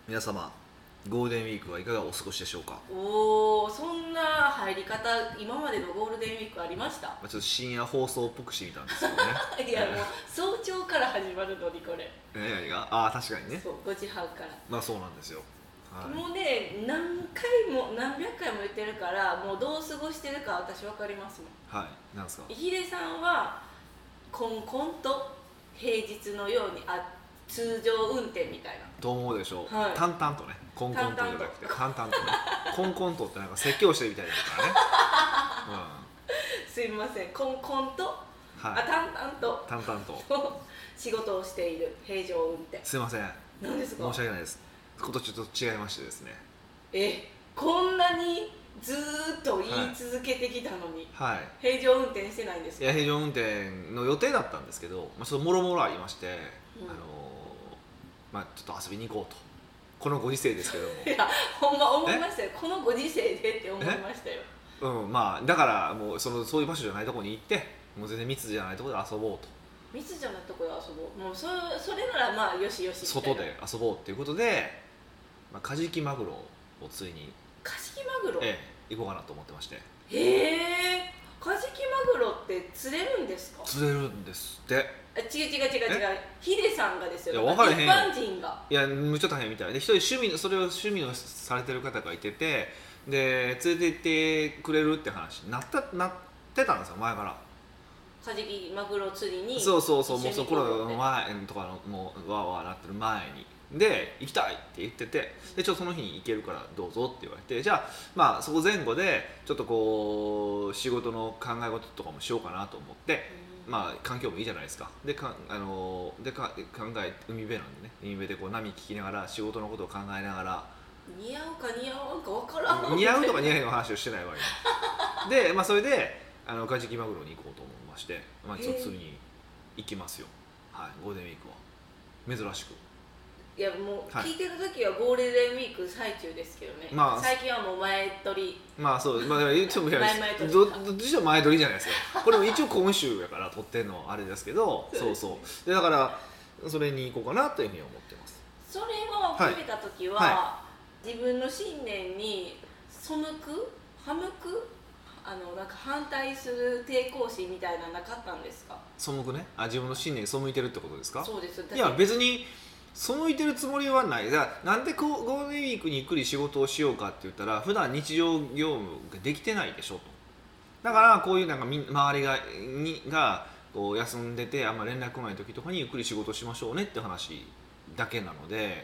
皆様ゴールデンウィークはいかがお過ごしでしょうか。 おー、そんな入り方今までのゴールデンウィークありました？ ちょっと深夜放送っぽくしてみたんですよねいやもう早朝から始まるのにこれ何が確かにね。 そう5時半からまあそうなんですよ、はい、 もうね何回も何百回も言ってるからもうどう過ごしてるか私分かりますもん。 はい、なんですか。 ヒデさんはこんこんと平日のように通常運転みたいなと思うでしょう、 はい、 淡々とね、コンコンとじゃなくて淡々とねコンコンとってなんか説教してるみたいだからね、 すいません、コンコンと、 はい、 淡々と淡々と仕事をしている平常運転。 すいません、 何ですか？ 申し訳ないです。今年ちょっと違いましてですね。 こんなにずーっと言い続けてきたのに、 はい、 平常運転してないんですか？ いや平常運転の予定だったんですけど、ちょっともろもろありまして、ちょっと遊びに行こうと、このご時世ですけどもいやほんま思いましたよ、このご時世でって思いましたよ。 だからもうそういう場所じゃないところに行って、もう全然密じゃないところで遊ぼうと。 密じゃないところで遊ぼう、もうそれならまあよしよしみたいな。 外で遊ぼうっていうことで、カジキマグロをついにカジキマグロ、 行こうかなと思ってまして。 カジキマグロって釣れるんですか？ 釣れるんですって。 違うヒデさんがですよ。 いや分からへんよ、 一般人が。 いやむっちゃ大変みたいで、一人それを趣味をされてる方がいてて、で連れて行ってくれるって話になってたんですよ、前から。 カジキマグロ釣りにそうもうそのコロナの前前とかのもうわーわーなってる前にで行きたいって言ってて、でちょっとその日に行けるからどうぞって言われて、じゃあそこ前後でちょっとこう仕事の考え事とかもしようかなと思って、環境もいいじゃないですか。で考え海辺なんでね、海辺でこう波聞きながら仕事のことを考えながら、 似合うか似合わんか分からん、 似合うとか似合いの話をしてないわけで、それでカジキマグロに行こうと思いまして、ちょっと釣りに行きますよ、はい、ゴールデンウィークは珍しく。 いやもう聞いてる時はゴールデンウィーク最中ですけどね、最近はもう前撮り、 そう言ってもいやどっちも前撮りじゃないですか。これも一応今週やから撮ってんのあれですけどそうでだからそれに行こうかなというふうに思ってます。 それを決めた時は、自分の信念に背くなんか反対する抵抗心みたいなのなかったんですか？ 背くね、自分の信念に背いてるってことですか？ そうです。 いや別に背いてるつもりはない。なんでゴールデンウィークにゆっくり仕事をしようかって言ったら、普段日常業務ができてないでしょと。だからこういうなんか周りがこう休んでてあんま連絡来ない時とかにゆっくり仕事しましょうねって話だけなので、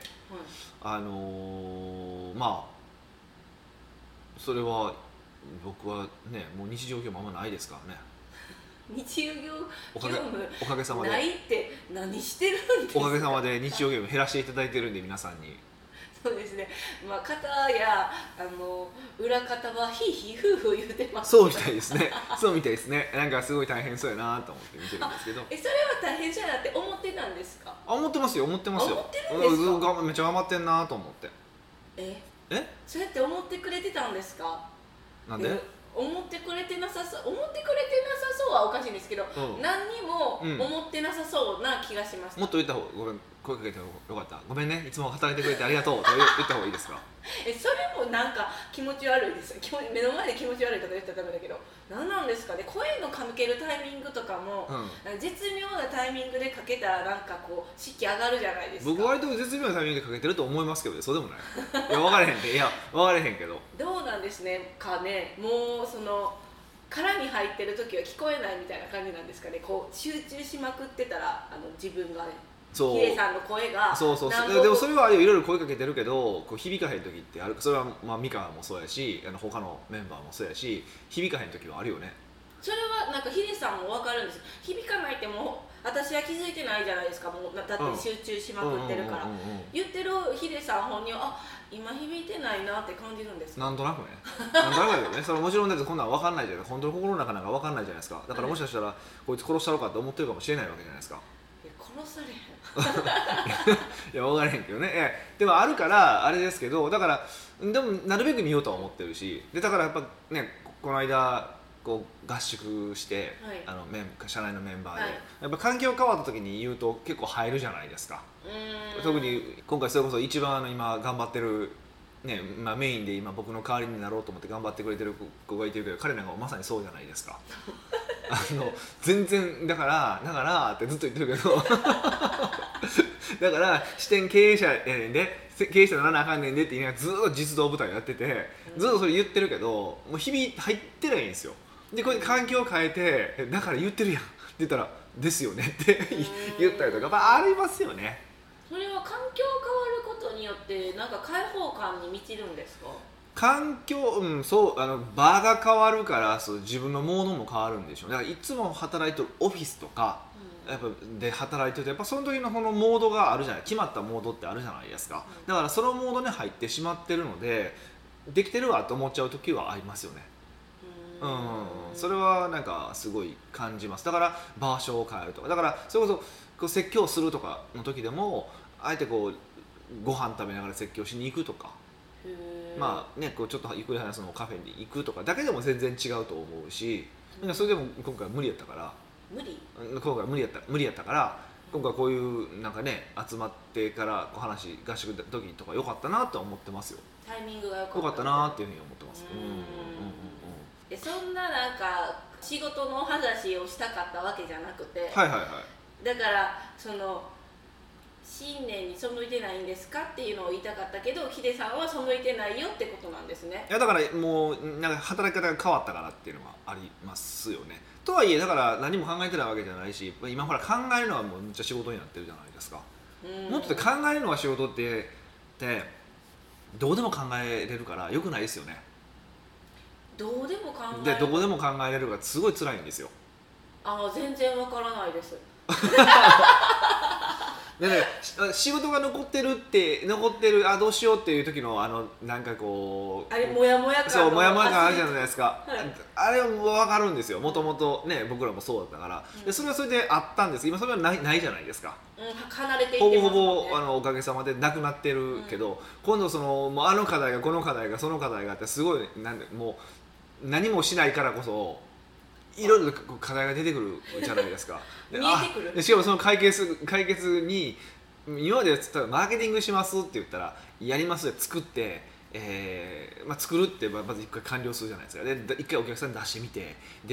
それは僕はねもう日常業務あんまないですからね。 日常業務おかげさまでないって何してるんですか？ おかげさまで日常業務減らしていただいてるんで、皆さんに。 そうですね、方や裏方はひいひい夫婦言うてます。 そうみたいですねそうみたいですね。なんかすごい大変そうやなと思って見てるんですけど。 それは大変そうやなって思ってたんですか？ 思ってますよ。 思ってるんですか？ めっちゃ頑張ってんなと思って。 そうやって思ってくれてたんですか？ なんで？ 思ってくれてなさそうはおかしいんですけど、何にも思ってなさそうな気がします。 もっと言った方が声かけてよかった。ごめんね、いつも働いてくれてありがとうと言った方がいいですか？ それもなんか気持ち悪いです。目の前で気持ち悪いとか言ったらダメだけど、何なんですかね。声のかけるタイミングとかも、絶妙なタイミングでかけたらなんかこう士気上がるじゃないですか。 僕割と絶妙なタイミングでかけてると思いますけどね。そうでもない。いや分かれへんで、分かれへんけど。 どうなんですねかね。もう殻に入ってる時は聞こえないみたいな感じなんですかね。こう集中しまくってたら自分がね。ヒデさんの声がでもそれはいろいろ声かけてるけど、こう響かへん時ってある。それは美香もそうやし、他のメンバーもそうやし、響かへん時はあるよね。 それはなんかヒデさんも分かるんです。響かないってもう私は気づいてないじゃないですか。もうだって集中しまくってるから。言ってるヒデさん本人は今響いてないなって感じるんですか？ なんとなくねなんとなくだけどね。それもちろんだってこんなん分かんないじゃない。本当に心の中なんか分かんないじゃないですか。だからもしかしたらこいつ殺したろかって思ってるかもしれないわけじゃないですか。 殺されへんいや分からへんけどね。でもあるからあれですけど、だからでもなるべく見ようとは思ってるし、でだからやっぱね、この間こう合宿して、 はい、 社内のメンバーで、 はい、 やっぱ環境変わった時に言うと結構入るじゃないですか。特に今回それこそ一番今頑張ってる、ねメインで今僕の代わりになろうと思って頑張ってくれてる子がいてるけど、彼なんかまさにそうじゃないですか。全然だからってずっと言ってるけどだから支店経営者やねんで、経営者にならなあかんねんでって言いながらずっと実動部隊やってて、ずっとそれ言ってるけどもう日々入ってないんですよ。でこれ環境を変えてだから言ってるやんって言ったらですよねって言ったりとか、ありますよね。 それは環境変わることによってなんか開放感に満ちるんですか？ 環境、そう場が変わるからそう自分のモードも変わるんでしょう。だからいつも働いてるオフィスとか、やっぱで働いてるとやっぱその時のこのモードがあるじゃない、決まったモードってあるじゃないですか。だからそのモードに入ってしまってるのでできてるわと思っちゃう時はありますよね。それはなんかすごい感じます。だから場所を変えるとか、だからそれこそこう説教するとかの時でもあえてこうご飯食べながら説教しに行くとか、こうちょっとゆっくり話すのカフェに行くとかだけでも全然違うと思うし、それでも今回無理やったから今回無理やったから今回こういうなんかね集まってからこう話合宿の時とか良かったなと思ってますよ。 タイミングが良かったなっていうふうに思ってます。 でそんななんか仕事の話をしたかったわけじゃなくて、だからその信念に背いてないんですかっていうのを言いたかったけど、ヒデさんは背いてないよってことなんですね。 いやだからもうなんか働き方が変わったからっていうのはありますよね。とはいえだから何も考えてないわけじゃないし、今ほら考えるのはもうめっちゃ仕事になってるじゃないですか。もっと考えるのが仕事ってどうでも考えれるからよくないですよね。 どうでも考えでどこでも考えれるからすごい辛いんですよ。 全然わからないですでね、仕事が残ってるどうしようっていう時のなんかこうあれモヤモヤ感そうモヤモヤ感あるじゃないですか、 はい、 あれはもう分かるんですよ。もともとね僕らもそうだったから、でそれはそれであったんです。今それはないじゃないですか。 離れていってますもんね。 ほぼおかげさまでなくなってるけど、今度もう課題がこの課題がその課題があってすごいもう何もしないからこそいろいろ課題が出てくるじゃないですか見えてくる。 しかもその解決に今までマーケティングしますって言ったらやりますで作って、作るってまず一回完了するじゃないですか。で一回お客さんに出してみて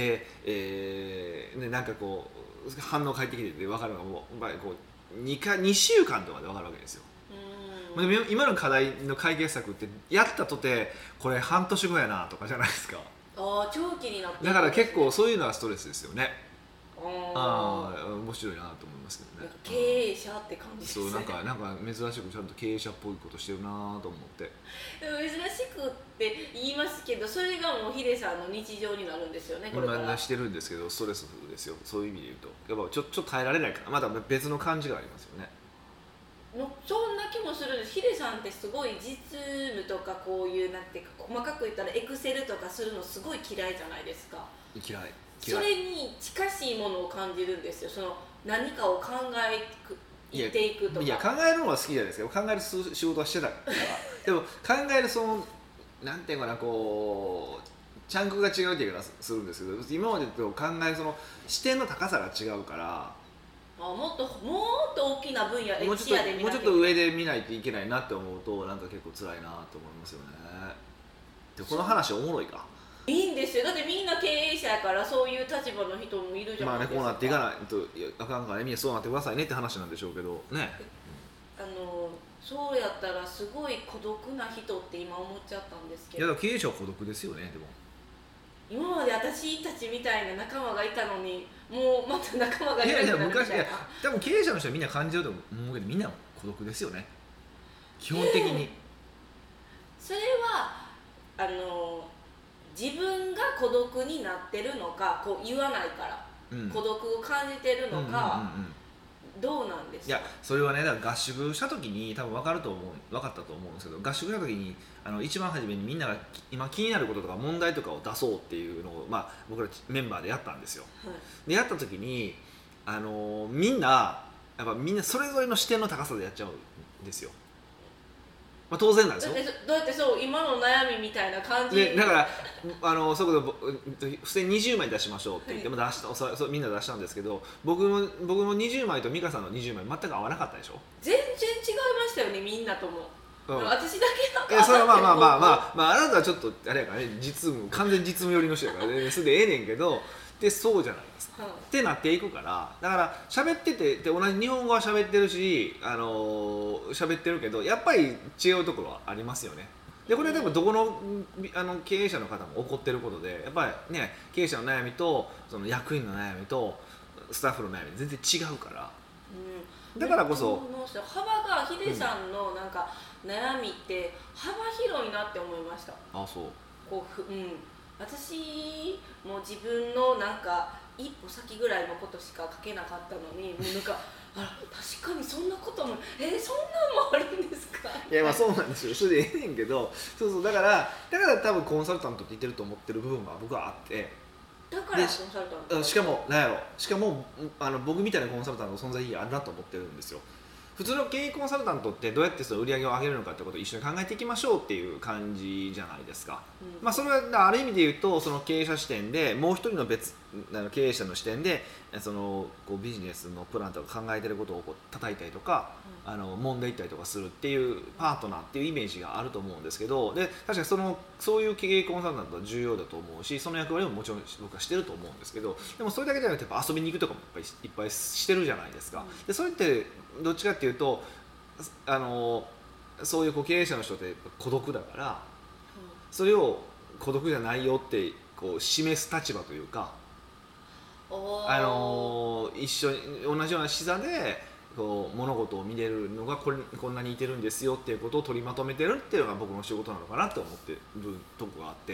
で、なんかこう反応返ってきて分かるのがもう、こう2週間とかで分かるわけですよ。でも今の課題の解決策ってやったとてこれ半年後やなとかじゃないですか。 長期になってだから結構そういうのはストレスですよね。面白いなと思いますけどね。 経営者って感じですね。 そうなんか珍しくちゃんと経営者っぽいことしてるなと思って。 でも珍しくって言いますけど、それがもうヒデさんの日常になるんですよね。これからしてるんですけどストレスですよ。そういう意味で言うとやっぱちょっと耐えられないからまた別の感じがありますよね。 そんな気もするんです。ヒデさんってすごい実務とかこういうなんていうか細かく言ったらエクセルとかするのすごい嫌いじゃないですか。 嫌い。 それに近しいものを感じるんですよ。その何かを考えていくとか。 いや考えるのは好きじゃないですけど、考える仕事はしてたからでも考えるなんていうかなこうチャンクが違うっていう言い方するんですけど、今までと考える視点の高さが違うから。 もっと大きな分野でもうちょっと上で見ないといけないなって思うとなんか結構辛いなと思いますよね。でこの話おもろいか。 いいんですよ。だってみんな経営者やからそういう立場の人もいるじゃないですか。 こうなっていかないとあかんからね、みんなそうなってくださいねって話なんでしょうけどね。 そうやったらすごい孤独な人って今思っちゃったんですけど。 いや経営者は孤独ですよね。でも今まで私たちみたいな仲間がいたのにもうまた仲間がいなくなるみたいな。 多分経営者の人はみんな感じると思うけどみんな孤独ですよね基本的に。 それは自分が孤独になってるのかこう言わないから、孤独を感じてるのか、どうなんですか。 いやそれはねだから合宿した時に多分分かったと思うんですけど、合宿した時に一番初めにみんなが今気になることとか問題とかを出そうっていうのを、僕らメンバーでやったんですよ。でやった時にみんなそれぞれの視点の高さでやっちゃうんですよ。 まあ、当然なんですよ。 だってそう今の悩みみたいな感じでだからそういうこと付箋20枚出しましょうって言っても出したみんな出したんですけど、僕も20枚と美香さんの20枚全く合わなかったでしょ。 全然違いましたよねみんなとも。私だけそれはまああなたはちょっとあれやからね、完全実務寄りの人やからね、それでええねんけど、でそうじゃないですか、ってなっていくから、だから喋っててで同じ日本語は喋ってるし喋ってるけど、やっぱり違うところはありますよね。でこれはでもどこの経営者の方も起こってることで、やっぱりね経営者の悩みとその役員の悩みとスタッフの悩み全然違うから、だからこそ幅がヒデさんのなんか悩みって幅広いなって思いました。 あ、そう。 私も自分のなんか一歩先ぐらいのことしか書けなかったのに、もうなんか確かにそんなこともそんなんもあるんですか。 いやまあそうなんですよ。それでええねんけど、だから多分コンサルタントって言ってると思ってる部分は僕はあって。 だからコンサルタント。 しかも僕みたいなコンサルタントの存在意義あるなと思ってるんですよ。普通の経営コンサルタントってどうやってその売り上げを上げるのかってことを一緒に考えていきましょうっていう感じじゃないですか。まあそれはある意味で言うと、その経営者視点でもう一人の経営者の視点でそのこうビジネスのプランとか考えてることをこう叩いたりとか、揉んでいったりとかするっていうパートナーっていうイメージがあると思うんですけど、で確かにそういう経営コンサルタントは重要だと思うし、その役割ももちろん僕はしてると思うんですけど、でもそれだけじゃなくてやっぱ遊びに行くとかもいっぱいしてるじゃないですか。でそれってどっちかっていうとそういう経営者の人って孤独だから、それを孤独じゃないよってこう示す立場というか、一緒に同じような視座でこう物事を見れるのがこんなにいてるんですよっていうことを取りまとめてるっていうのが僕の仕事なのかなって思ってるとこがあって。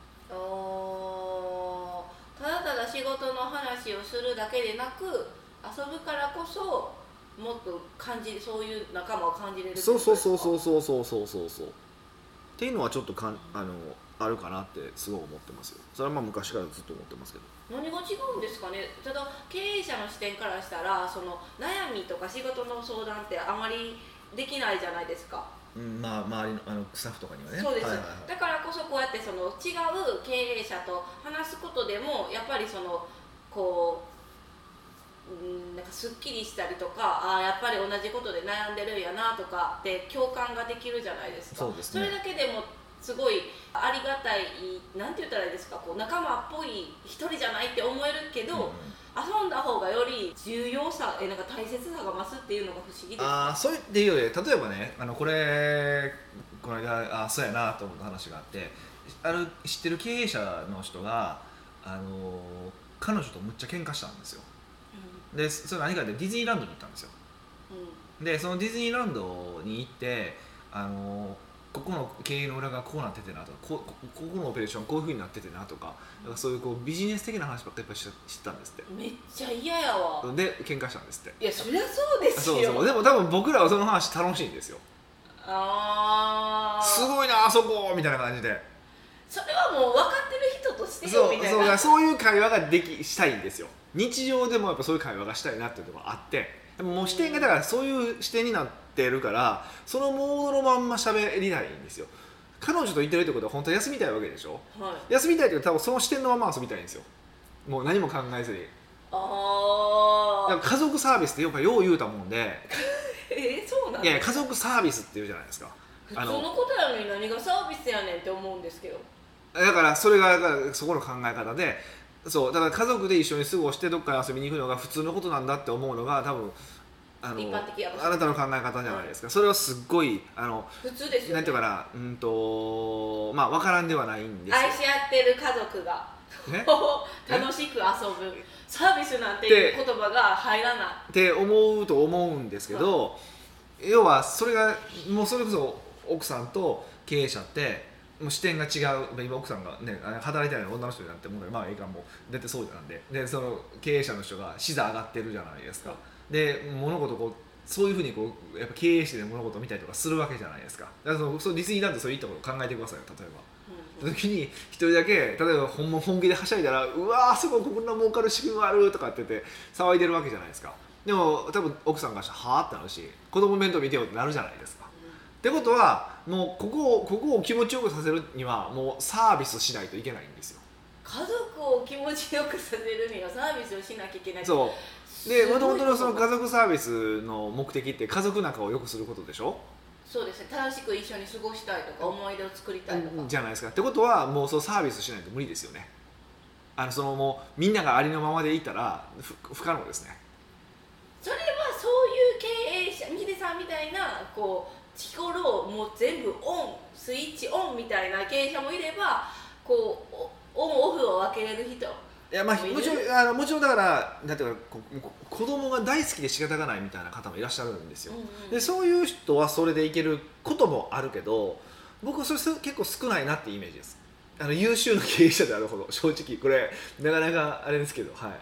ただただ仕事の話をするだけでなく、遊ぶからこそもっとそういう仲間を感じれる。 そうっていうのはちょっとあるかなってすごい思ってますよ。それはまあ昔からずっと思ってますけど。 何が違うんですかね。ただ経営者の視点からしたら、その悩みとか仕事の相談ってあまりできないじゃないですか。 まあ周りのスタッフとかにはね。 そうです、だからこそこうやってその違う経営者と話すことでもやっぱりそのこうなんかすっきりしたりとか、やっぱり同じことで悩んでるんやなとかって共感ができるじゃないですか。 そうですね。 それだけでもすごいありがたい、なんて言ったらいいですか、こう仲間っぽい一人じゃないって思えるけど、遊んだ方がより重要さ、なんか大切さが増すっていうのが不思議です。 そうっていうより、例えばね、この間そうやなと思った話があって、知ってる経営者の人が彼女とむっちゃ喧嘩したんですよ。でそれ何かでディズニーランドに行ったんですよ。でそのディズニーランドに行ってここの経営の裏がこうなっててなとか、ここのオペレーションこういう風になっててなとか、そういうビジネス的な話ばっかりやっぱ知ったんですって。 めっちゃ嫌やわ。 で喧嘩したんですって。 いやそりゃそうですよ。 そうでも多分僕らはその話楽しいんですよ。すごいなあそこみたいな感じで。 それはもう分かってる人としてよみたいな。 そういう会話がしたいんですよ。日常でもやっぱそういう会話がしたいなっていうのがあって、でももう視点がだからそういう視点になってるから、そのモードのまんま喋りないんですよ。彼女と言ってるってことは本当は休みたいわけでしょ、休みたいっていうと多分その視点のまま遊びたいんですよ。もう何も考えずに。家族サービスってよう言うたもんでそうなんですか。 いや家族サービスって言うじゃないですか。 普通のことやのに何がサービスやねんって思うんですけど、 だからそれがそこの考え方で、そうだから家族で一緒に過ごしてどっかに遊びに行くのが普通のことなんだって思うのが多分一般的やあなたの考え方じゃないですか。それはすっごい普通ですよね。 なんていうかな、まあ分からんではないんですよ。 愛し合ってる家族が楽しく遊ぶサービスなんていう言葉が入らないって思うと思うんですけど、要はそれがもうそれこそ奥さんと経営者ってもう視点が違う。今奥さんがね働いてない女の人になってもまあ映画も出てそうじゃなんで、その経営者の人が視座上がってるじゃないですか。で物事そういうふうにやっぱ経営して物事を見たりとかするわけじゃないですか。だからそのディズニーランドそういったことを考えてくださいよ。例えば、時に一人だけ例えば本気ではしゃいだら、うわーすごいこんな儲かる仕組みがあるとかって言って騒いでるわけじゃないですか。でも多分奥さんがしたらはーってなるし、子供面倒見てよってなるじゃないですか。 ってことはもうここを気持ちよくさせるにはもうサービスしないといけないんですよ。 家族を気持ちよくさせるにはサービスをしなきゃいけない。 そうで、もともとのその家族サービスの目的って家族仲を良くすることでしょ。 そうですね、楽しく一緒に過ごしたいとか思い出を作りたいとかじゃないですか。ってことはもうそうサービスしないと無理ですよね。そのもうみんながありのままでいたら不可能ですね。 それはそういう経営者、ヒデさんみたいなこう力をもう全部スイッチオンみたいな経営者もいれば、こうオンオフを分けれる人。 いや、まあ、もちろんだからなんていうか子供が大好きで仕方がないみたいな方もいらっしゃるんですよ、でそういう人はそれでいけることもあるけど、僕はそれ結構少ないなっていうイメージです。優秀な経営者であるほど正直これなかなかあれですけど、はい、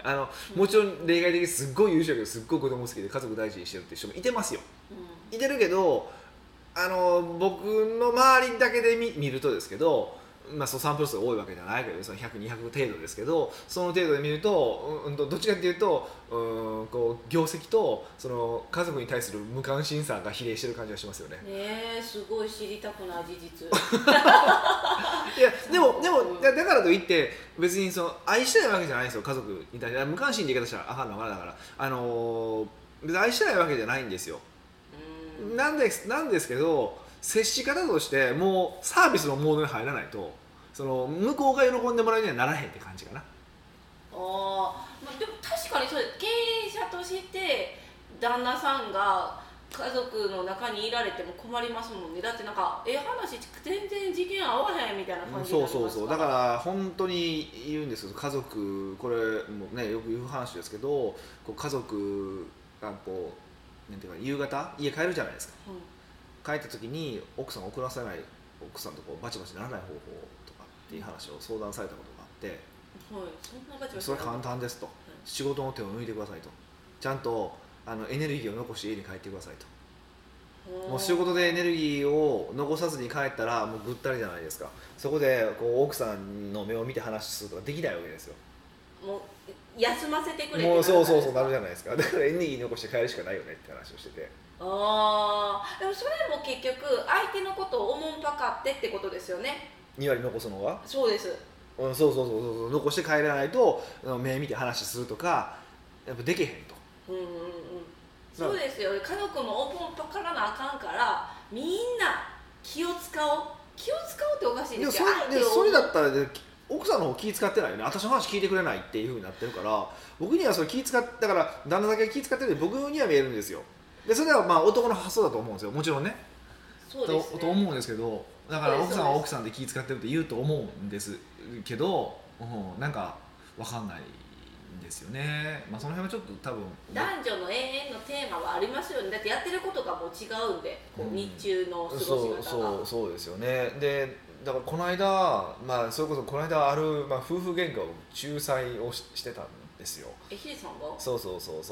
もちろん例外的にすっごい優秀だけどすっごい子供好きで家族大事にしてるっていう人もいてますよ、いてるけど僕の周りだけで見るとですけど、まあ、そうサンプル数が多いわけじゃないけどその100、200程度ですけど、その程度で見ると、どっちかっていうとこう業績とその家族に対する無関心さが比例してる感じがしますよね。 すごい知りたくない事実いやでもだからといって別にその愛してないわけじゃないんですよ、家族に対して。無関心って言い方したらあかんのかな。だから別に愛してないわけじゃないんですよ。なんですけど、接し方としてもうサービスのモードに入らないとその向こうが喜んでもらうにはならへんって感じかな。 まあ、でも確かにそうです。経営者として旦那さんが家族の中にいられても困りますもんね。だってなんか話全然次元合わへんみたいな感じになりますから。 そうだから本当に言うんですけど、家族これもねよく言う話ですけど、こう家族がこうなんていうか夕方家帰るじゃないですか、帰った時に奥さんを怒らせない、奥さんとこうバチバチならない方法とかっていう話を相談されたことがあって、 そんなバチバチそれは簡単ですと、仕事の手を抜いてくださいと、ちゃんとエネルギーを残して家に帰ってくださいと。もう仕事でエネルギーを残さずに帰ったらもうぐったりじゃないですか。そこでこう奥さんの目を見て話するとかできないわけですよ。 もう休ませてくれってもうそうなるじゃないですか。だからエネルギー残して帰るしかないよねって話をしてて、 でもそれも結局相手のことをおもんぱかってってことですよね。 2割残すのがそうです。 そう残して帰らないと目見て話するとかやっぱできへんと。 そうですよ。家族もおもんぱからなあかんからみんな気を使おうっておかしいですよ。 それだったら奥さんの方気使ってないよね。私の話聞いてくれないっていう風になってるから、僕にはそれ気使ってだから旦那だけ気使ってるんで僕には見えるんですよ。でそれはまあ男の発想だと思うんですよ、もちろんね。 そうですね。 と思うんですけど、だから奥さんは奥さんで気使ってるって言うと思うんですけど、なんか分かんないんですよね。まあその辺はちょっと多分男女の永遠のテーマはありますよね。だってやってることがもう違うんで、こう日中の過ごし方が。 そうですよね。でだからこの間、まあそれこそこの間ある、まあ、夫婦喧嘩を仲裁をしてたんですよ。 ヒデさんが？ そう、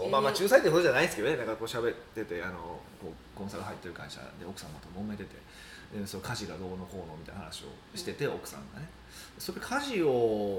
まあ仲裁ってことじゃないですけどね。なんかこう喋っててこうコンサル入ってる会社で奥さんと揉めてて、でその家事がどうのこうのみたいな話をしてて、奥さんがね、それ家事を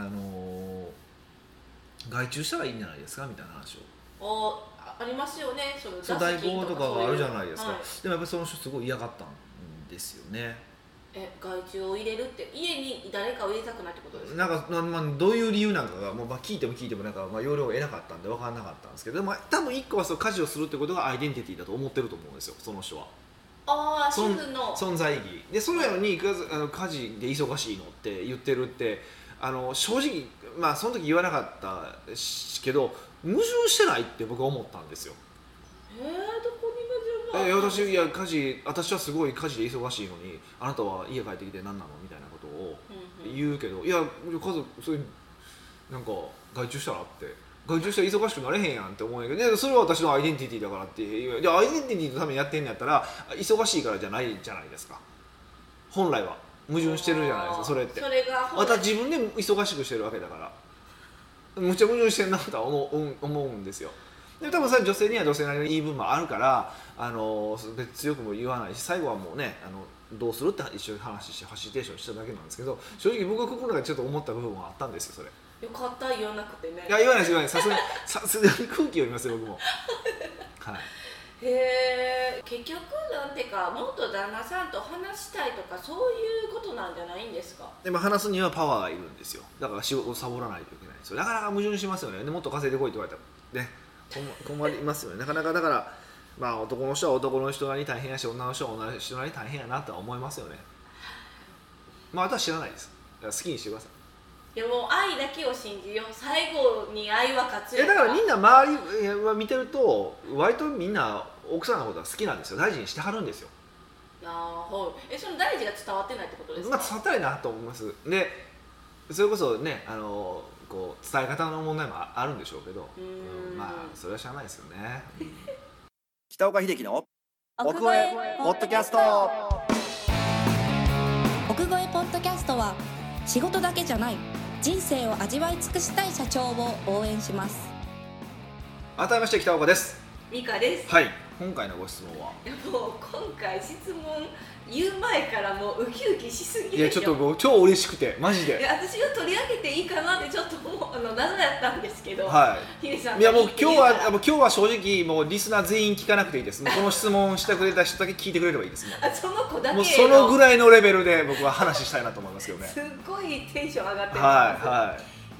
外注したらいいんじゃないですかみたいな話を。 ありますよね。その代行とかがあるじゃないですか、 はい、 でもやっぱりその人すごい嫌がったんですよね。 外注を入れるって家に誰かを入れたくないってことですか？ なんか、まあ、どういう理由なんかがもう、まあ、聞いてもなんか、まあ、要領を得なかったんで分からなかったんですけど、でも多分一個はそう家事をするってことがアイデンティティだと思ってると思うんですよ、その人は。 主婦の存在意義で、それやのに家事で忙しいのって言ってるって正直、まあその時言わなかったけど矛盾してないって僕は思ったんですよ。 どこに矛盾があるんですか？ 私はすごい家事で忙しいのにあなたは家帰ってきて何なのみたいなことを言うけど、いや家族そういうなんか外注したらって外注したら忙しくなれへんやんって思うんやけど、それは私のアイデンティティだからっていう、アイデンティティのためにやってんのやったら忙しいからじゃないじゃないですか。本来は矛盾してるじゃないですか、それって。また自分で忙しくしてるわけだからむちゃ矛盾してんなとは思うんですよ。で多分それ女性には女性なりの言い分もあるから別に強くも言わないし、最後はもうねどうするって一緒に話してファシリテーションしただけなんですけど、正直僕は心の中でちょっと思った部分はあったんですよ、それ。 よかった言わなくてね。 いや言わないですさすがに空気読みますよ僕もはい。 へえ、結局なんてか元旦那さんと話したいとかそういうことなんじゃないんですか。 でも話すにはパワーがいるんですよ。だから仕事をサボらないといけないんですよ。なかなか矛盾しますよね。でもっと稼いでこいって言われたらね困りますよね。なかなかだからまあ男の人は男の人なりに大変やし、女の人は女の人なりに大変やなとは思いますよね。まあ私は知らないです。だから好きにしてください。 でも愛だけを信じよう、最後に愛は勝つやだからみんな周りは見てると割とみんな奥さんのことが好きなんですよ。大事にしてはるんですよ。 はい。その大事が伝わってないってことですか。 まあ伝わったらいいなと思います。でそれこそねこう伝え方の問題もあるんでしょうけど、まあそれはしゃあないですよね。 北岡秀樹の奥越えポッドキャスト。 奥越えポッドキャストは仕事だけじゃない人生を味わい尽くしたい社長を応援します。 改めまして北岡です。 ミカです。 はい、今回のご質問はもう今回質問言う前からもうウキウキしすぎでしょ。 いやちょっともう超嬉しくてマジで。 私が取り上げていいかなってちょっともう謎やったんですけど、 はい、 ヒデさんいやもう今日は正直もうリスナー全員聞かなくていいです。この質問してくれた人だけ聞いてくれればいいです。 その子だけもうそのぐらいのレベルで僕は話したいなと思いますけどね。 すっごいテンション上がってます。 はい、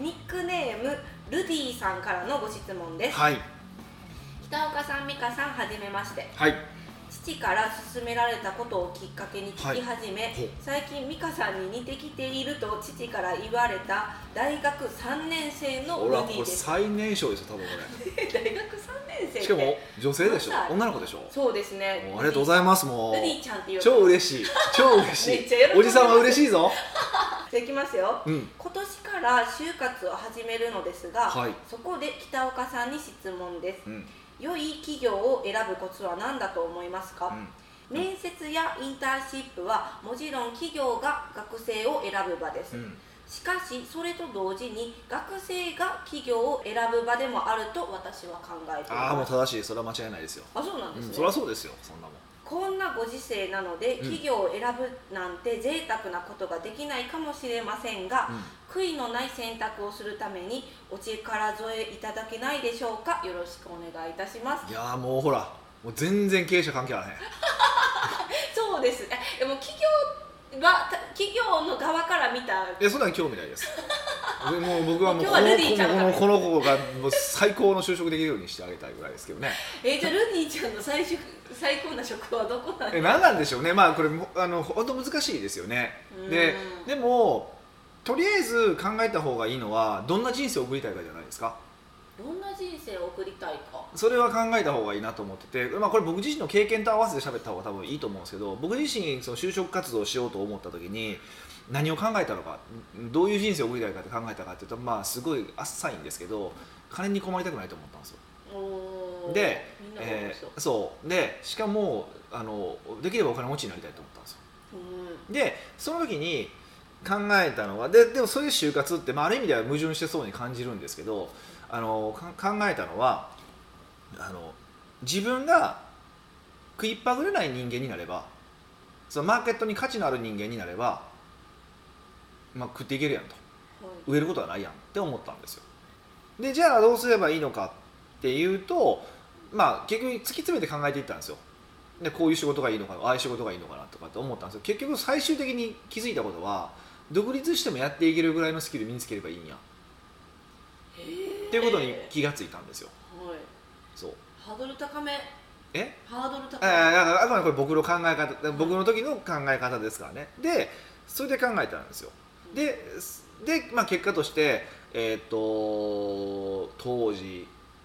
ニックネームルディさんからのご質問です。 はい、 北岡さん、美香さん、はじめまして。 はい、 父から勧められたことをきっかけに聞き始め、 はい、 最近美香さんに似てきていると父から言われた大学3年生のルディです。 これ最年少ですよ多分これ大学3年生ってしかも女性でしょ、女の子でしょ。 そうですね。 ありがとうございます。もうルディちゃんっていう超嬉しい超嬉しいめっちゃ喜んでます。 おじさんは嬉しいぞ。 じゃあいきますよ、 うん、 今年から就活を始めるのですが、 はい、 そこで北岡さんに質問です、 うん、 良い企業を選ぶコツは何だと思いますか、面接やインターンシップはもちろん企業が学生を選ぶ場です、しかしそれと同時に学生が企業を選ぶ場でもあると私は考えています。 ああもう正しい。それは間違いないですよ。 あ、そうなんですね、 そりゃそうですよ。そんなもんこんなご時世なので企業を選ぶなんて贅沢なことができないかもしれませんが、悔いのない選択をするためにお力添えいただけないでしょうか。よろしくお願いいたします。 いやもうほらもう全然経営者関係あらへんそうですね。でも企業の側から見た、 いやそんなに興味ないですもう僕はもう今日はルディちゃんからこの子がもう最高の就職できるようにしてあげたいぐらいですけどね。 じゃあルディちゃんの最高な職はどこなんですか。 何なんでしょうね。まあこれ本当難しいですよね。でもとりあえず考えた方がいいのはどんな人生を送りたいかじゃないですか。 どんな人生を送りたいか、 それは考えた方がいいなと思ってて、まあ、これ僕自身の経験と合わせて喋った方が多分いいと思うんですけど、僕自身その就職活動をしようと思った時に何を考えたのか、どういう人生を送りたいかって考えたかっていうと、まあすごい浅いんですけど、金に困りたくないと思ったんですよ。で、そうでしかもできればお金持ちになりたいと思ったんですよ。でその時に考えたのはでもそういう就活って、まあ、ある意味では矛盾してそうに感じるんですけど、考えたのは自分が食いっぱぐれない人間になれば、そのマーケットに価値のある人間になれば、まあ、食っていけるやんと、植えることはないやんって思ったんですよ。でじゃあどうすればいいのかっていうと、まあ結局突き詰めて考えていったんですよ。でこういう仕事がいいのかな、ああいう仕事がいいのかなとかって思ったんですよ。結局最終的に気づいたことは、独立してもやっていけるぐらいのスキル身につければいいんやっていうことに気がついたんですよ。そうハードル高め。ハードル高め。 あくまでこれ僕の考え方、僕の時の考え方ですからね。でそれで考えたんですよ。で、まあ、結果として、当時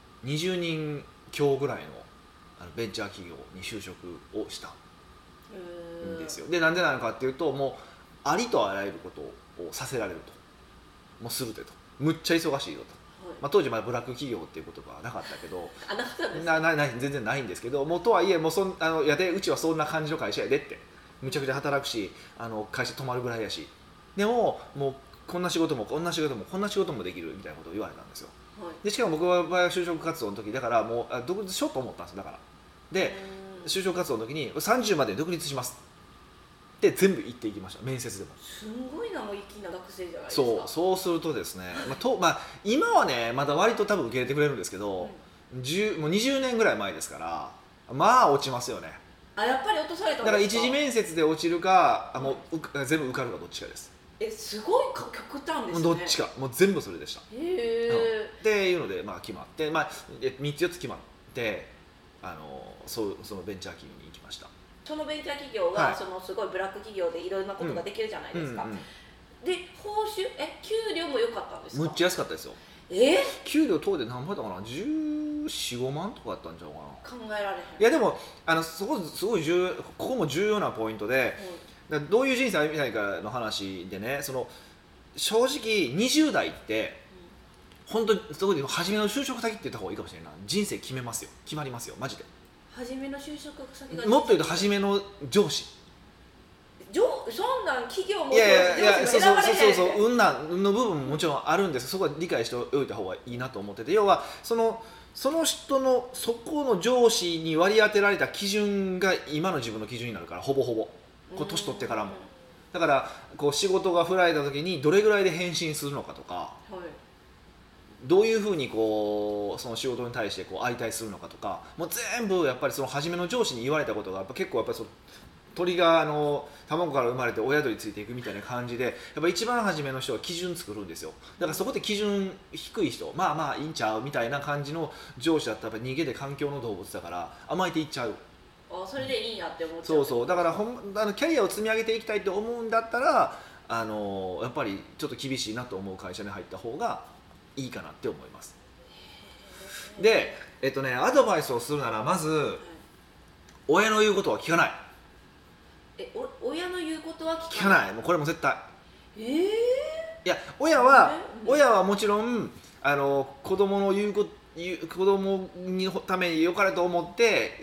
20人強ぐらいのベンチャー企業に就職をしたんですよ。でなんでなのかっていうと、もうありとあらゆることをさせられると、もうするでと、むっちゃ忙しいよと、まあ、当時まだブラック企業っていう言葉はなかったけど、全然ないんですけど、もうとはいえもうやでうちはそんな感じの会社やでって、むちゃくちゃ働くし会社泊まるぐらいやし、でももうこんな仕事もこんな仕事もこんな仕事もできるみたいなことを言われたんですよ。でしかも僕は就職活動の時だからもう独立しようと思ったんですよ。だからで就職活動の時に30まで独立しますって全部言っていきました。面接でも。 すごいな、もう粋な学生じゃないですか。 そうするとですね、まあ、今はねまだ割と多分受け入れてくれるんですけど、もう20年ぐらい前ですから、 まあ落ちますよね。 やっぱり落とされたんですか。 だから一次面接で落ちるか、もう全部受かるかどっちかです。 すごい極端ですね。 どっちか、もう全部それでした。 へえ。 っていうので、決まって、3つ4つ決まって、そのベンチャー企業に行きました。 そのベンチャー企業は、そのすごいブラック企業でいろんなことができるじゃないですか。で、報酬給料も良かったんですか。 むっちゃ安かったですよ。給料等で何倍だったかな、14、15万とかだったんちゃうかな。 考えられへん。 いやでもそこすごいここも重要なポイントで、どういう人生歩みたいかの話でね、正直20代って本当にそこで初めの就職先って言った方がいいかもしれないな。人生決まりますよマジで。 初めの就職先がもっと言うと初めの上司。 そんなん企業もいや選ばれへん。 そう運の部分ももちろんあるんです。そこは理解しておいた方がいいなと思ってて、要はその人のそこの上司に割り当てられた基準が今の自分の基準になるから、ほぼほぼ年取ってからも。だから仕事が振られた時にどれぐらいで返信するのかとか、どういうふうにその仕事に対して相対するのかとか、もう全部やっぱりその初めの上司に言われたことが結構鳥が卵から生まれて親鳥についていくみたいな感じで、やっぱ一番初めの人は基準作るんですよ。だからそこで基準低い人、まあいいんちゃうみたいな感じの上司だったら、やっぱ逃げで環境の動物だから甘えていっちゃう。 それでいいんやって思っちゃう。 そうだからキャリアを積み上げていきたいと思うんだったら、やっぱりちょっと厳しいなと思う会社に入った方がいいかなって思います。でアドバイスをするなら、まず親の言うことは聞かない。 親の言うことは聞かない。もうこれも絶対。 いや親はもちろん子供の言うこと子供のために良かれと思って、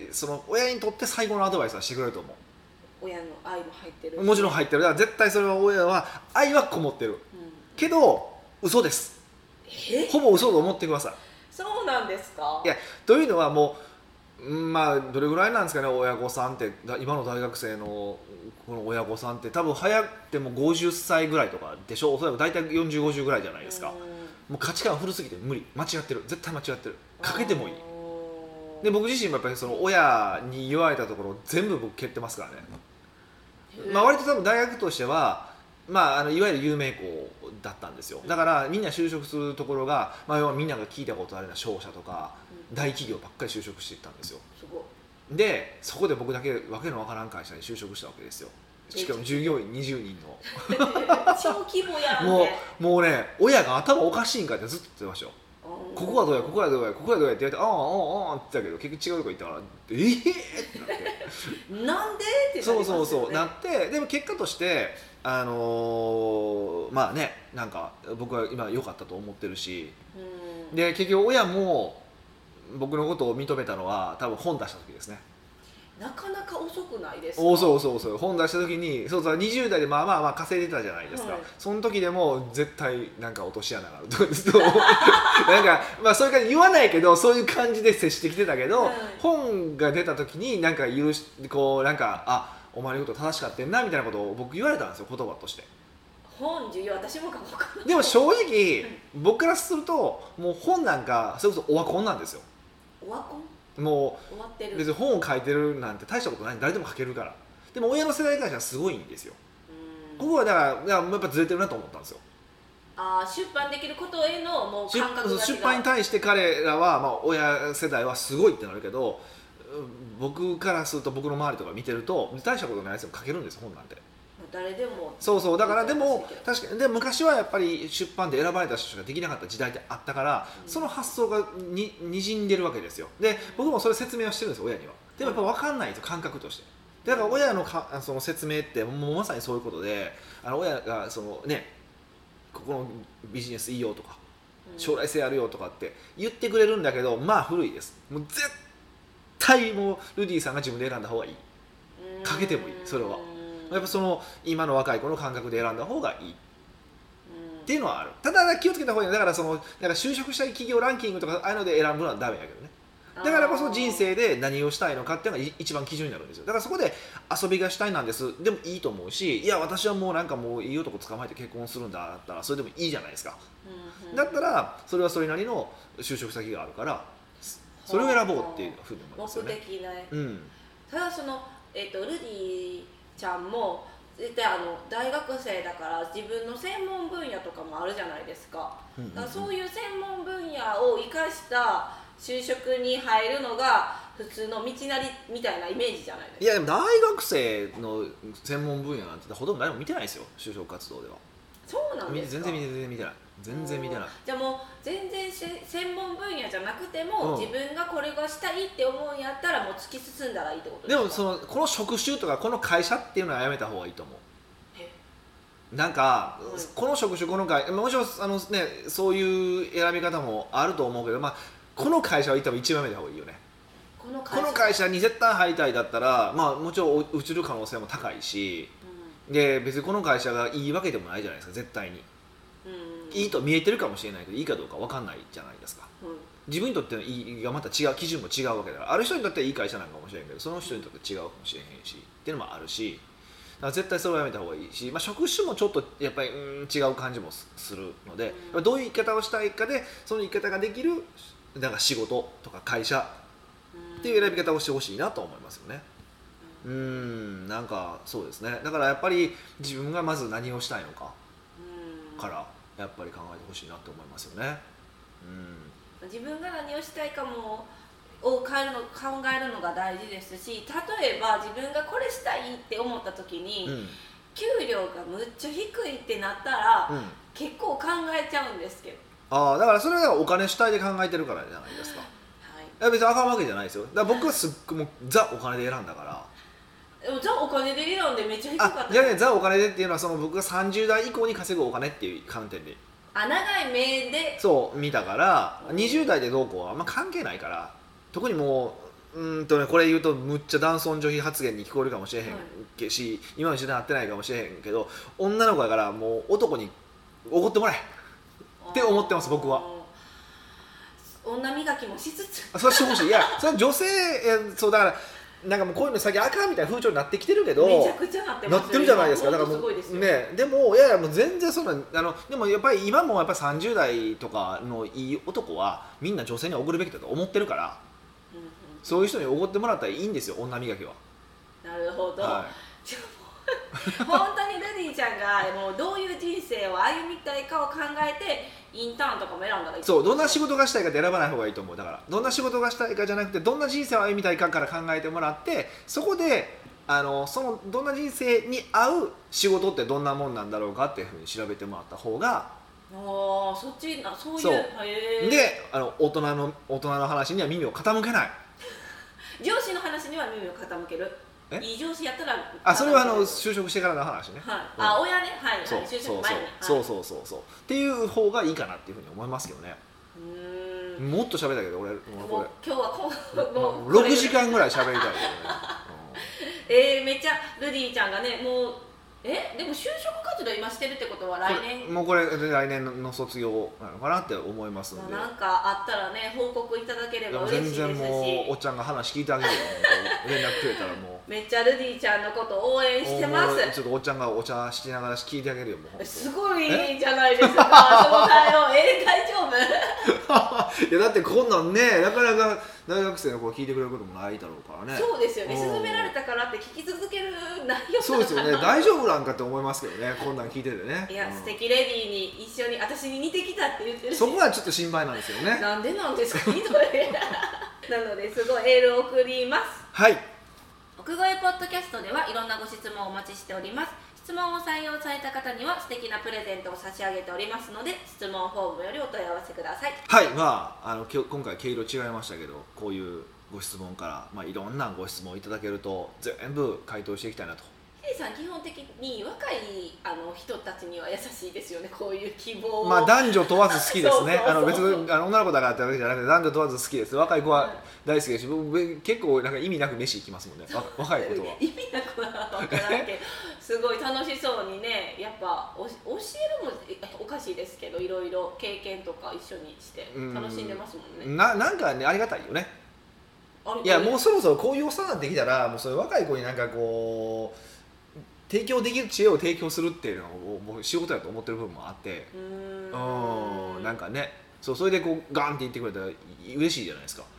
その親にとって最後のアドバイスはしてくれると思う。 親の愛も入ってる。 もちろん入ってる。だから絶対それは親は愛はこもってる、けど嘘です。ほぼ嘘と思ってください。 そうなんですか。 いやというのはもうどれぐらいなんですかね、親御さんって。今の大学生のこの親御さんって多分早くても50歳ぐらいとかでしょ。おそらく大体40、50ぐらいじゃないですか。もう価値観古すぎて無理。間違ってる。絶対間違ってる。かけてもいい。で僕自身もやっぱりその親に言われたところ全部僕蹴ってますからね。割と多分大学としてはいわゆる有名校だったんですよ。だからみんな就職するところが、みんなが聞いたことあるような商社とか大企業ばっかり就職していったんですよ。でそこで僕だけわけのわからん会社に就職したわけですよ。しかも従業員20人の超規模やんね。 もうね、親が頭おかしいんかってずっと言ってましたよ。ここはどうや、ここはどうや、ここはどうやって言われて、ああって言ったけど結局違うとこ行ったからってなってなんでってなりますよね。 そうなって、でも結果としてなんか僕は今良かったと思ってるし、で結局親も僕のことを認めたのは多分本出した時ですね。 なかなか遅くないですか。 そう本出した時に20代で稼いでたじゃないですか、その時でも絶対なんか落とし穴があるとかですとなんかそういう感じ言わないけど、そういう感じで接してきてたけど、本が出た時になんかなんかお前のこと正しかったんなみたいなことを僕言われたんですよ、言葉として。 本重要、私もかもかな。 でも正直僕からするともう本なんかそれこそオワコンなんですよ。 オワコンもう終わってる。 別に本を書いてるなんて大したことない、誰でも書けるから。でも親の世代に関してはすごいんですよ。ここはだからやっぱずれてるなと思ったんですよ。 出版できることへのもう感覚が違う。 出版に対して彼らは、親世代はすごいってなるけど、僕からすると僕の周りとか見てると大したことないやつも書けるんですよ、本なんて。 誰でも。 だからでも確かに昔はやっぱり出版で選ばれた人しかできなかった時代ってあったから、その発想がにじんでるわけですよ。で僕もそれ説明はしてるんですよ、親には。でもやっぱ分かんないんですよ、感覚として。だから親のその説明ってもうまさにそういうことで、親がここのビジネスいいよとか将来性あるよとかって言ってくれるんだけど、古いです。もう絶対もうルディさんが自分で選んだ方がいい。かけてもいい。それはやっぱ今の若い子の感覚で選んだ方がいいっていうのはある。ただ気をつけた方がいい。だから就職したい企業ランキングとかああいうので選ぶのはダメやけどね。だからこそ人生で何をしたいのかっていうのが一番基準になるんですよ。だからそこで遊びがしたいなんですでもいいと思うし、いや私はもうなんかもういい男捕まえて結婚するんだったらそれでもいいじゃないですか。だったらそれはそれなりの就職先があるからそれを選ぼうっていうふうに思いますよね。 目的ね、 うん、 ただその、ルディちゃんも絶対大学生だから自分の専門分野とかもあるじゃないですか、だからそういう専門分野を生かした就職に入るのが普通の道なりみたいなイメージじゃないですか。 いやでも大学生の専門分野なんてほとんど誰も見てないですよ、就職活動では。 そうなんですか。 全然見てない、全然見てない。 じゃあもう全然専門分野じゃなくても、自分がこれがしたいって思うんやったらもう突き進んだらいいってことですか。 でもこの職種とかこの会社っていうのはやめた方がいいと思う。なんか、この職種この会社、もちろんそういう選び方もあると思うけど、この会社は多分一番やめた方がいいよね。この会社に絶対入りたいだったら、もちろん落ちる可能性も高いし、で別にこの会社がいいわけでもないじゃないですか、絶対に。いいと見えてるかもしれないけどいいかどうか分かんないじゃないですか、自分にとってのいいがまた違う、基準も違うわけだから、ある人にとってはいい会社なのかもしれんけど、その人にとって違うかもしれへんしっていうのもあるし、だから絶対それはやめた方がいいし、職種もちょっとやっぱり違う感じもするので、どういう言い方をしたいかでその言い方ができるだから仕事とか会社っていう選び方をしてほしいなと思いますよね。なんかそうですね。だからやっぱり自分がまず何をしたいのかからやっぱり考えてほしいなと思いますよね。 自分が何をしたいかもを考えるのが大事ですし、例えば自分がこれしたいって思った時に、給料がむっちゃ低いってなったら、結構考えちゃうんですけど。 だからそれはお金主体で考えてるからじゃないですか。いや別にあかんわけじゃないですよ。だから僕はすっごいもうザお金で選んだから。 ザお金で選んでめっちゃ低かった。 じゃあね、ザお金でっていうのは僕が30代以降に稼ぐお金っていう観点で長い目でそう見たから、20代でどうこうはあんま関係ないから、特にもうこれ言うとむっちゃ男尊女卑発言に聞こえるかもしれへんし、今の時代合ってないかもしれへんけど、女の子だからもう男におごってもらえって思ってます僕は。 女磨きもしつつそうしてほしい。いやそれ女性そうだからなんかもうこういうの先あかんみたいな風潮になってきてるけど、 めちゃくちゃなってますよ。 なってるじゃないですか。だからもうね、 でもいやもう全然そんなでもやっぱり今もやっぱり30代とかのいい男はみんな女性におごるべきだと思ってるから、そういう人におごってもらったらいいんですよ、女磨きは。 なるほど。本当にルディちゃんがもうどういう人生を歩みたいかを考えてインターンとかも選んだらいい。 そうどんな仕事がしたいかって選ばない方がいいと思う。だからどんな仕事がしたいかじゃなくてどんな人生を歩みたいかから考えてもらって、そこでそのどんな人生に合う仕事ってどんなもんなんだろうかっていうふうに調べてもらった方が。 そっちそういうそうで大人の話には耳を傾けない。 上司の話には耳を傾ける。いい上司やったらそれは就職してからの話ね。 親ね、就職前にそうっていう方がいいかなっていうふうに思いますけどね。もっと喋ったけど俺これ今日はもう6時間ぐらい喋りたいけどね。めっちゃルディちゃんがねもうでも就職活動今してるってことは来年もうこれ来年の卒業なのかなって思いますので、 なんかあったらね報告いただければ嬉しいですし、 全然もうおっちゃんが話聞いてあげるよ連絡くれたらもうめっちゃルディちゃんのこと応援してます。 ちょっとおっちゃんがお茶しながら聞いてあげるよ。もうすごいじゃないですかその対応。大丈夫？ いやだってこんなんねなかなか大学生の子聞いてくれることもないだろうからね。 そうですよね。勧められたからって聞き続ける内容そうですよね。大丈夫なんかって思いますけどね、こんなん聞いててね。 いや、素敵レディーに一緒に私に似てきたって言ってるし、 そこはちょっと心配なんですよね。 なんでなんですかひどいなのですごいエールを送ります。 はい、 奥越ポッドキャストではいろんなご質問をお待ちしております。質問を採用された方には素敵なプレゼントを差し上げておりますので、質問フォームよりお問い合わせください。 はい、今回毛色違いましたけど、こういうご質問から、いろんなご質問をいただけると全部回答していきたいなと。 ヒデさん基本的に若い人たちには優しいですよね。こういう希望を男女問わず好きですね。別に女の子だからってわけじゃなくて男女問わず好きです。若い子は大好きですし、僕結構なんか意味なく飯行きますもんね、若い子とは。 意味なくは分からんけどすごい楽しそうにね、やっぱ教えるもおかしいですけど、いろいろ経験とか一緒にして楽しんでますもんね。 なんかね、ありがたいよね。いやもうそろそろこういうおっさんになってきたら、もうそういう若い子になんかこう提供できる知恵を提供するっていうのをもう仕事だと思ってる部分もあって、なんかね、それでこうガンって言ってくれたら嬉しいじゃないですか。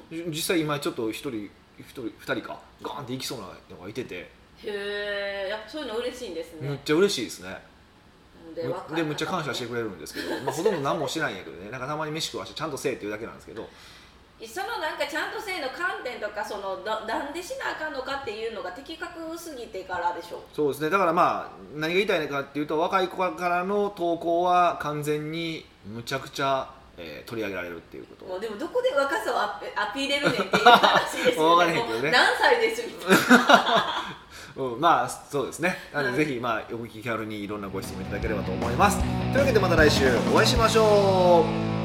実際今ちょっと1人2人かガーンっていきそうなのがいてて、 へえ、やっぱそういうの嬉しいんですね。 めっちゃ嬉しいですね。 でむっちゃ感謝してくれるんですけど、ほとんど何もしてないんやけどね、なんかたまに飯食わしてちゃんとせえっていうだけなんですけど、 そのなんかちゃんとせいの観点とか、そのなんでしなあかんのかっていうのが的確すぎてからでしょ。 そうですね。だからまあ何が言いたいのかっていうと、若い子からの投稿は完全にむちゃくちゃ、取り上げられるっていうこと。 もうでもどこで若さをアピーれるねんっていう話ですよね。 分からへんけどね。 何歳ですみたいな。 まあそうですね。なので、ぜひまあお気軽にいろんなご質問いただければと思います。というわけでまた来週お会いしましょう。